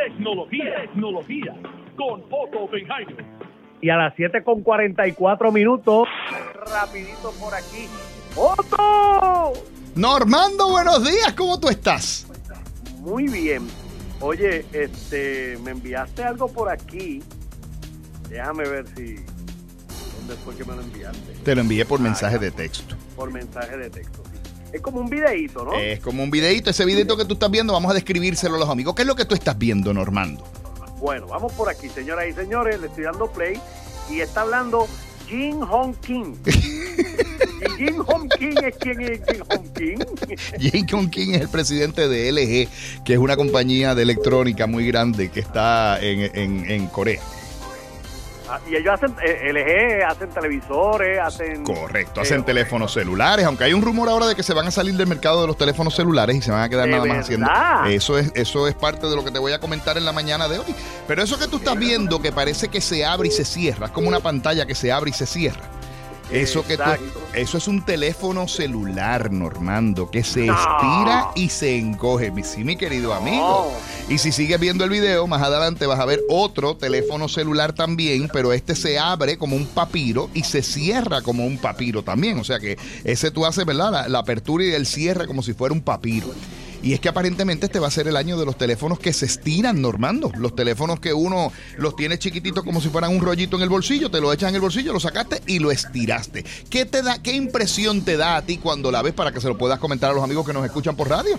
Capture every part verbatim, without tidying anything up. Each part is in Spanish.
Tecnología, tecnología, con Otto Oppenheimer. Y a las siete con cuarenta y cuatro minutos, rapidito por aquí. ¡Otto! Normando, buenos días, ¿cómo tú estás? Muy bien. Oye, este, me enviaste algo por aquí. Déjame ver si... ¿Dónde fue que me lo enviaste? Te lo envié por ah, mensaje ya. de texto. Por mensaje de texto, sí. Es como un videíto, ¿no? Es como un videíto. Ese videíto que tú estás viendo, vamos a describírselo a los amigos. ¿Qué es lo que tú estás viendo, Normando? Bueno, vamos por aquí, señoras y señores. Le estoy dando play y está hablando Jin Hong Kim. ¿Y Jin Hong Kim es quién es Jin Hong Kim? Jin Hong Kim es el presidente de L G, que es una compañía de electrónica muy grande que está en, en, en Corea. Ah, y ellos hacen, eh, L G, hacen televisores, hacen... Correcto, hacen eh, teléfonos celulares, aunque hay un rumor ahora de que se van a salir del mercado de los teléfonos celulares y se van a quedar ¿De nada más verdad? haciendo... Eso es, eso es parte de lo que te voy a comentar en la mañana de hoy. Pero eso que tú estás viendo, que parece que se abre y se cierra, es como una pantalla que se abre y se cierra. Eso que tú, eso es un teléfono celular, Normando, que se no. estira y se encoge. Sí, mi querido amigo. No. Y si sigues viendo el video, más adelante vas a ver otro teléfono celular también, pero este se abre como un papiro y se cierra como un papiro también. O sea que ese tú haces, ¿verdad? La, la apertura y el cierre como si fuera un papiro. Y es que aparentemente este va a ser el año de los teléfonos que se estiran, Normando. Los teléfonos que uno los tiene chiquititos como si fueran un rollito en el bolsillo, te lo echas en el bolsillo, lo sacaste y lo estiraste. ¿Qué te da, qué impresión te da a ti cuando la ves para que se lo puedas comentar a los amigos que nos escuchan por radio?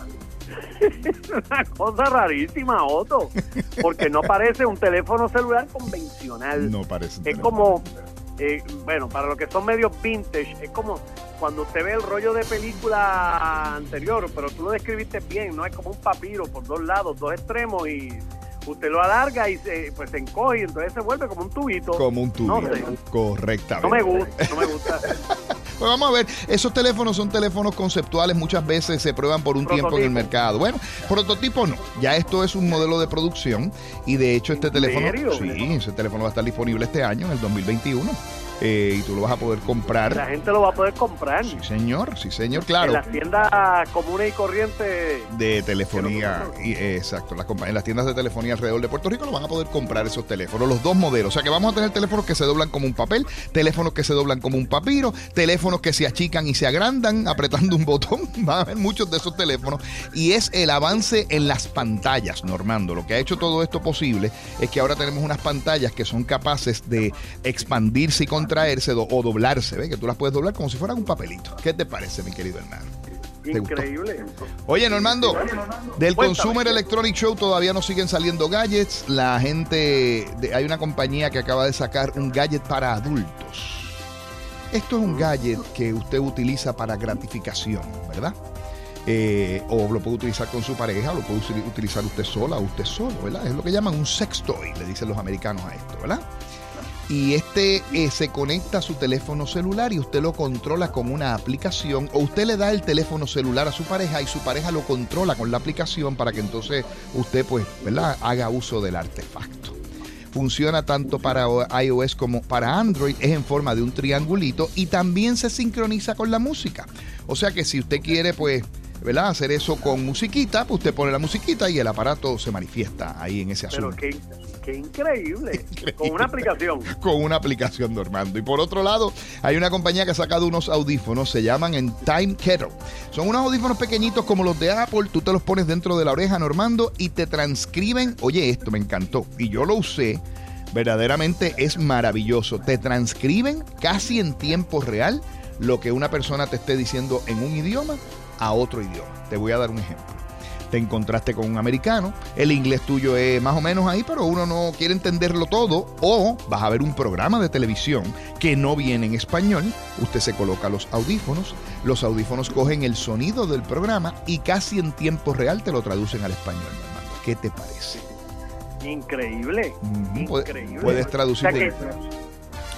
Es una cosa rarísima, Otto, porque no parece un teléfono celular convencional. No parece. Es como, eh, bueno, para los que son medio vintage, es como cuando usted ve el rollo de película anterior, pero tú lo describiste bien, no es como un papiro por dos lados, dos extremos, y usted lo alarga y se, pues se encoge y entonces se vuelve como un tubito. Como un tubito, no sé. Correctamente. No me gusta, no me gusta. Pues vamos a ver, esos teléfonos son teléfonos conceptuales, muchas veces se prueban por un prototipo. tiempo en el mercado. Bueno, prototipo no, ya esto es un modelo de producción y de hecho este teléfono, ¿En serio? sí, ese teléfono va a estar disponible este año, en el dos mil veintiuno. Eh, y tú lo vas a poder comprar. La gente lo va a poder comprar. Sí, señor, sí, señor, claro. En las tiendas comunes y corrientes de telefonía. Y, eh, exacto, las, en las tiendas de telefonía alrededor de Puerto Rico lo van a poder comprar esos teléfonos, los dos modelos. O sea que vamos a tener teléfonos que se doblan como un papel, teléfonos que se doblan como un papiro, teléfonos que se achican y se agrandan apretando un botón. Van a haber muchos de esos teléfonos. Y es el avance en las pantallas, Normando. Lo que ha hecho todo esto posible es que ahora tenemos unas pantallas que son capaces de expandirse y contraerse do, o doblarse, ¿ves? Que tú las puedes doblar como si fueran un papelito. ¿Qué te parece, mi querido hermano? Increíble. Oye, Normando, del Cuéntame. Consumer Electronic Show todavía no siguen saliendo gadgets. La gente, de, hay una compañía que acaba de sacar un gadget para adultos. Esto es un gadget que usted utiliza para gratificación, ¿verdad? Eh, o lo puede utilizar con su pareja, o lo puede utilizar usted sola o usted solo, ¿verdad? Es lo que llaman un sex toy, le dicen los americanos a esto, ¿verdad? Y este eh, se conecta a su teléfono celular y usted lo controla con una aplicación, o usted le da el teléfono celular a su pareja y su pareja lo controla con la aplicación para que entonces usted, pues, ¿verdad?, haga uso del artefacto. Funciona tanto para iOS como para Android, es en forma de un triangulito y también se sincroniza con la música. O sea que si usted quiere, pues, ¿verdad?, hacer eso con musiquita, pues usted pone la musiquita y el aparato se manifiesta ahí en ese asunto. Pero qué, qué increíble. increíble. Con una aplicación. Con una aplicación, Normando. Y por otro lado, hay una compañía que ha sacado unos audífonos, se llaman en Time Kettle. Son unos audífonos pequeñitos como los de Apple, tú te los pones dentro de la oreja, Normando, y te transcriben. Oye, esto me encantó. Y yo lo usé. Verdaderamente es maravilloso. Te transcriben casi en tiempo real lo que una persona te esté diciendo en un idioma a otro idioma. Te voy a dar un ejemplo. Te encontraste con un americano, el inglés tuyo es más o menos ahí, pero uno no quiere entenderlo todo, o vas a ver un programa de televisión que no viene en español, usted se coloca los audífonos, los audífonos cogen el sonido del programa y casi en tiempo real te lo traducen al español, Normando. ¿Qué te parece? Increíble, Mm-hmm. increíble. Puedes traducir. O sea que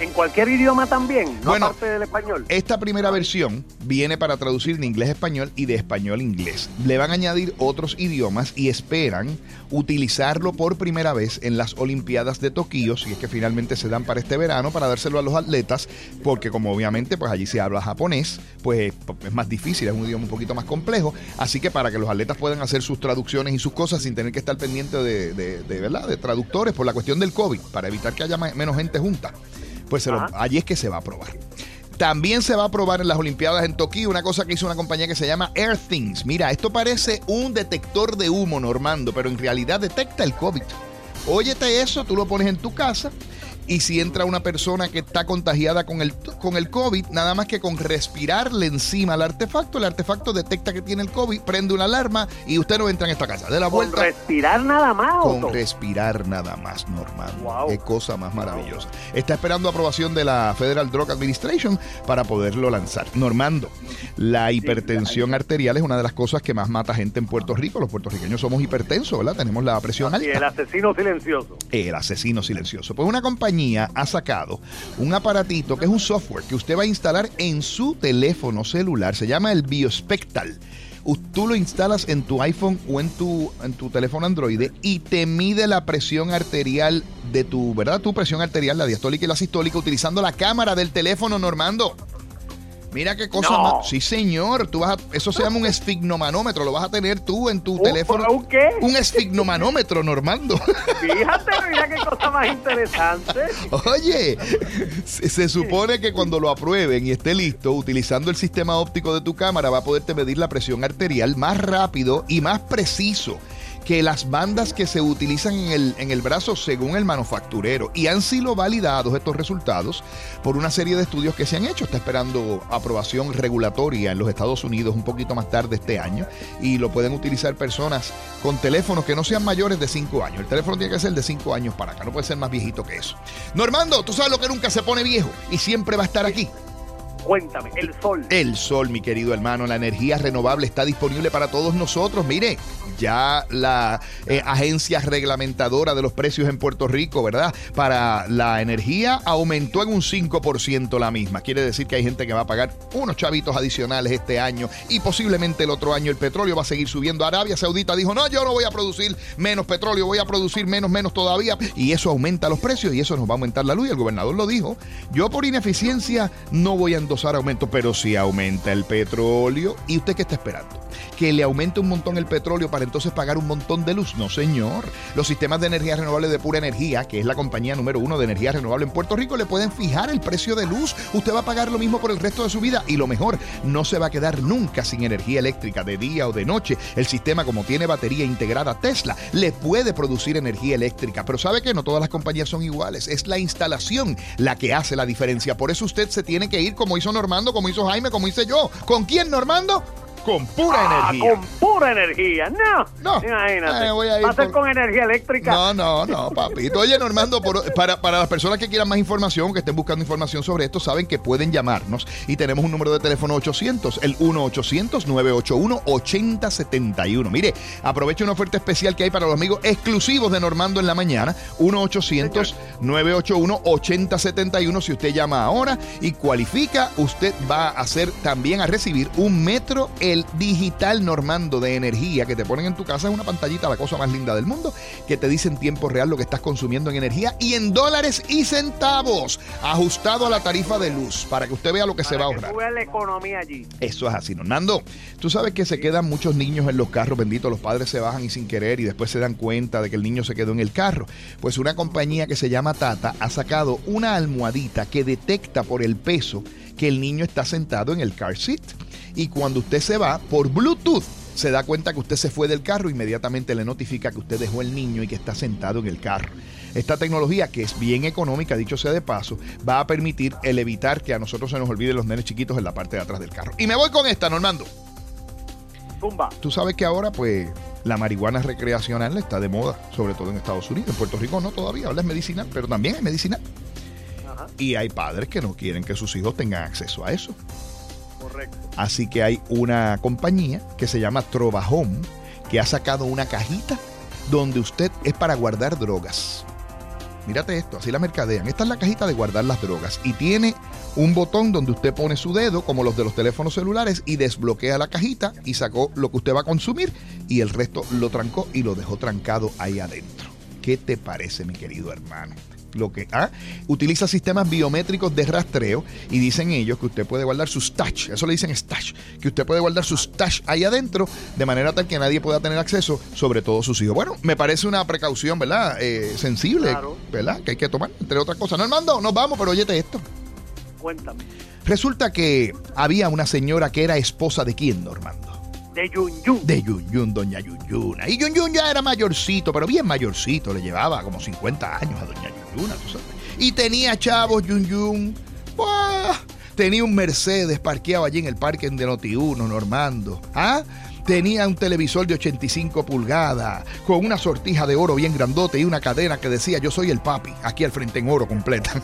¿En cualquier idioma también? ¿No Bueno, aparte del español? Esta primera versión viene para traducir de inglés a español y de español a inglés. Le van a añadir otros idiomas y esperan utilizarlo por primera vez en las Olimpiadas de Tokio, si es que finalmente se dan para este verano, para dárselo a los atletas, porque como obviamente pues allí se habla japonés, pues es más difícil, es un idioma un poquito más complejo, así que para que los atletas puedan hacer sus traducciones y sus cosas sin tener que estar pendiente de, de, de, ¿verdad? de traductores por la cuestión del COVID, para evitar que haya más, menos gente junta. Pues se lo, allí es que se va a probar. También se va a probar en las Olimpiadas en Tokio una cosa que hizo una compañía que se llama AirThings. Mira, esto parece un detector de humo, Normando, pero en realidad detecta el COVID. Óyete eso, tú lo pones en tu casa y si entra una persona que está contagiada con el, con el COVID, nada más que con respirarle encima al artefacto, el artefacto detecta que tiene el COVID, prende una alarma y usted no entra en esta casa. De la vuelta. ¿Con respirar nada más? Con Otto? respirar nada más, Normando. Wow. Qué cosa más maravillosa. Está esperando aprobación de la Federal Drug Administration para poderlo lanzar. Normando, la hipertensión arterial es una de las cosas que más mata gente en Puerto Rico. Los puertorriqueños somos hipertensos, ¿verdad? Tenemos la presión alta. Y el asesino silencioso. El asesino silencioso. Pues una compañía ha sacado un aparatito que es un software que usted va a instalar en su teléfono celular. Se llama el Biospectal. Tú lo instalas en tu iPhone o en tu, en tu teléfono Android y te mide la presión arterial de tu, ¿verdad? Tu presión arterial, la diastólica y la sistólica, utilizando la cámara del teléfono, Normando. Mira qué cosa no. más. Sí, señor. Tú vas a, eso se llama un esfignomanómetro. Lo vas a tener tú en tu ¿Un, teléfono. ¿Un qué? Un esfignomanómetro, Normando. Fíjate, mira qué cosa más interesante. Oye, se, se supone que cuando lo aprueben y esté listo, utilizando el sistema óptico de tu cámara, va a poderte medir la presión arterial más rápido y más preciso que las bandas que se utilizan en el, en el brazo según el manufacturero. Y han sido validados estos resultados por una serie de estudios que se han hecho. Está esperando aprobación regulatoria en los Estados Unidos un poquito más tarde este año y lo pueden utilizar personas con teléfonos que no sean mayores de cinco años. El teléfono tiene que ser de cinco años para acá, no puede ser más viejito que eso. Normando, tú sabes lo que nunca se pone viejo y siempre va a estar aquí. Cuéntame, el sol. El sol, mi querido hermano, la energía renovable está disponible para todos nosotros. Mire, ya la eh, agencia reglamentadora de los precios en Puerto Rico, ¿verdad? Para la energía aumentó en un cinco por ciento la misma. Quiere decir que hay gente que va a pagar unos chavitos adicionales este año y posiblemente el otro año el petróleo va a seguir subiendo. Arabia Saudita dijo, no, yo no voy a producir menos petróleo, voy a producir menos, menos todavía. Y eso aumenta los precios y eso nos va a aumentar la luz. Y el gobernador lo dijo. Yo por ineficiencia no voy a endosar aumento, pero si aumenta el petróleo. ¿Y usted qué está esperando? ¿Que le aumente un montón el petróleo para entonces pagar un montón de luz? No, señor. Los sistemas de energía renovable de Pura Energía, que es la compañía número uno de energía renovable en Puerto Rico, le pueden fijar el precio de luz. Usted va a pagar lo mismo por el resto de su vida y lo mejor, no se va a quedar nunca sin energía eléctrica de día o de noche. El sistema, como tiene batería integrada Tesla, le puede producir energía eléctrica. Pero ¿sabe qué? No todas las compañías son iguales. Es la instalación la que hace la diferencia. Por eso usted se tiene que ir como hizo Normando, como hizo Jaime, como hice yo. ¿Con quién, Normando? Con Pura ah, Energía. Con Pura Energía. No. No. Imagínate. Eh, voy a ir Va a ser por... con energía eléctrica. No, no, no, papito. Oye, Normando, por, para, para las personas que quieran más información, que estén buscando información sobre esto, saben que pueden llamarnos y tenemos un número de teléfono ochocientos, el uno ochocientos, nueve ocho uno, ocho cero siete uno. Mire, aproveche una oferta especial que hay para los amigos exclusivos de Normando en la mañana, uno ochocientos, nueve ocho uno, ocho cero siete uno. Si usted llama ahora y cualifica, usted va a hacer también a recibir un metro el digital Normando de energía que te ponen en tu casa. Es una pantallita, la cosa más linda del mundo, que te dice en tiempo real lo que estás consumiendo en energía y en dólares y centavos, ajustado a la tarifa de luz, para que usted vea lo que para se va a que ahorrar. tú veas la economía allí. Eso es así, Normando. Tú sabes que se quedan muchos niños en los carros, bendito, los padres se bajan y sin querer y después se dan cuenta de que el niño se quedó en el carro. Pues una compañía que se llama Tata ha sacado una almohadita que detecta por el peso que el niño está sentado en el car seat. Y cuando usted se va, por Bluetooth, se da cuenta que usted se fue del carro, inmediatamente le notifica que usted dejó el niño y que está sentado en el carro. Esta tecnología, que es bien económica, dicho sea de paso, va a permitir el evitar que a nosotros se nos olviden los nenes chiquitos en la parte de atrás del carro. Y me voy con esta, Normando. Zumba. Tú sabes que ahora, pues, la marihuana recreacional está de moda, sobre todo en Estados Unidos. En Puerto Rico no todavía, ahora es medicinal, pero también es medicinal. Ajá. Y hay padres que no quieren que sus hijos tengan acceso a eso. Correcto. Así que hay una compañía que se llama Trova Home que ha sacado una cajita donde usted es para guardar drogas. mírate esto, así la mercadean. Esta es la cajita de guardar las drogas y tiene un botón donde usted pone su dedo, como los de los teléfonos celulares, y desbloquea la cajita y sacó lo que usted va a consumir y el resto lo trancó y lo dejó trancado ahí adentro. ¿Qué te parece, mi querido hermano? Lo que ah, utiliza sistemas biométricos de rastreo y dicen ellos que usted puede guardar sus stash, eso le dicen stash, que usted puede guardar sus stash ahí adentro de manera tal que nadie pueda tener acceso, sobre todo sus hijos. Bueno, me parece una precaución, ¿verdad? Eh, sensible, claro, ¿verdad? Que hay que tomar, entre otras cosas. No, Armando, nos vamos, pero óyete esto. Cuéntame. Resulta que había una señora que era esposa de quién, Armando. De Yun Yun. De Yun Yun, doña Yun Yuna. Y Yun Yun ya era mayorcito, pero bien mayorcito. Le llevaba como cincuenta años a doña Yun Yuna, tú sabes. Y tenía chavos Yun Yun. ¡Buah! Tenía un Mercedes parqueado allí en el parque de Noti uno, Normando. ¿Ah? Tenía un televisor de ochenta y cinco pulgadas, con una sortija de oro bien grandote y una cadena que decía yo soy el papi, aquí al frente en oro completa.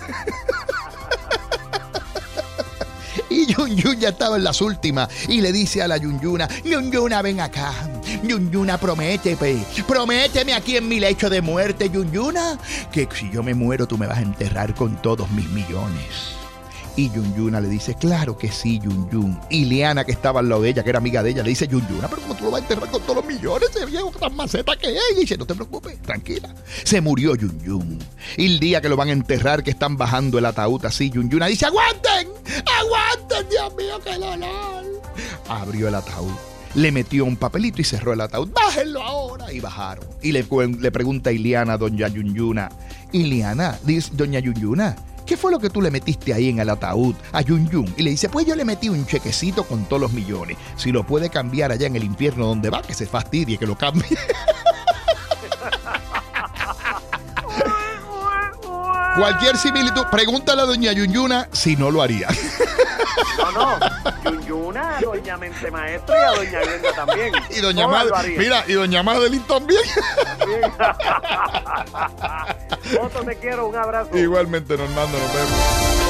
Y Yun Yun ya estaba en las últimas y le dice a la Yun Yuna, Yun Yuna, ven acá, Yun Yuna, prométeme, prométeme aquí en mi lecho de muerte, Yun Yuna, que si yo me muero tú me vas a enterrar con todos mis millones. Y Yun Yuna le dice, claro que sí, Yun Yun. Y Liana, que estaba al lado de ella, que era amiga de ella, le dice, Yun Yuna, pero ¿cómo tú lo vas a enterrar con todos los millones? Ese viejo tan maceta que es. Y dice, no te preocupes, tranquila. Se murió Yun Yun. Y el día que lo van a enterrar, que están bajando el ataúd así, Yun Yuna dice, ¡aguanten! ¡Aguanten, Dios mío, qué dolor! Abrió el ataúd, le metió un papelito y cerró el ataúd. ¡Bájenlo ahora! Y bajaron. Y le, le pregunta a Iliana a doña Yun Yuna, Iliana, dice doña Yun Yuna, ¿qué fue lo que tú le metiste ahí en el ataúd a Yun Yun? Y le dice, pues yo le metí un chequecito con todos los millones. Si lo puede cambiar allá en el infierno donde va, que se fastidie, que lo cambie. Cualquier similitud, pregúntale a doña Yun Yuna si no lo haría. No, no, Yun Yuna, a doña Mente Maestra y a doña Glenda también. Y doña Madeline, mira, y doña Madeline también. También. Otto, te quiero, un abrazo. Igualmente, Normando, nos vemos.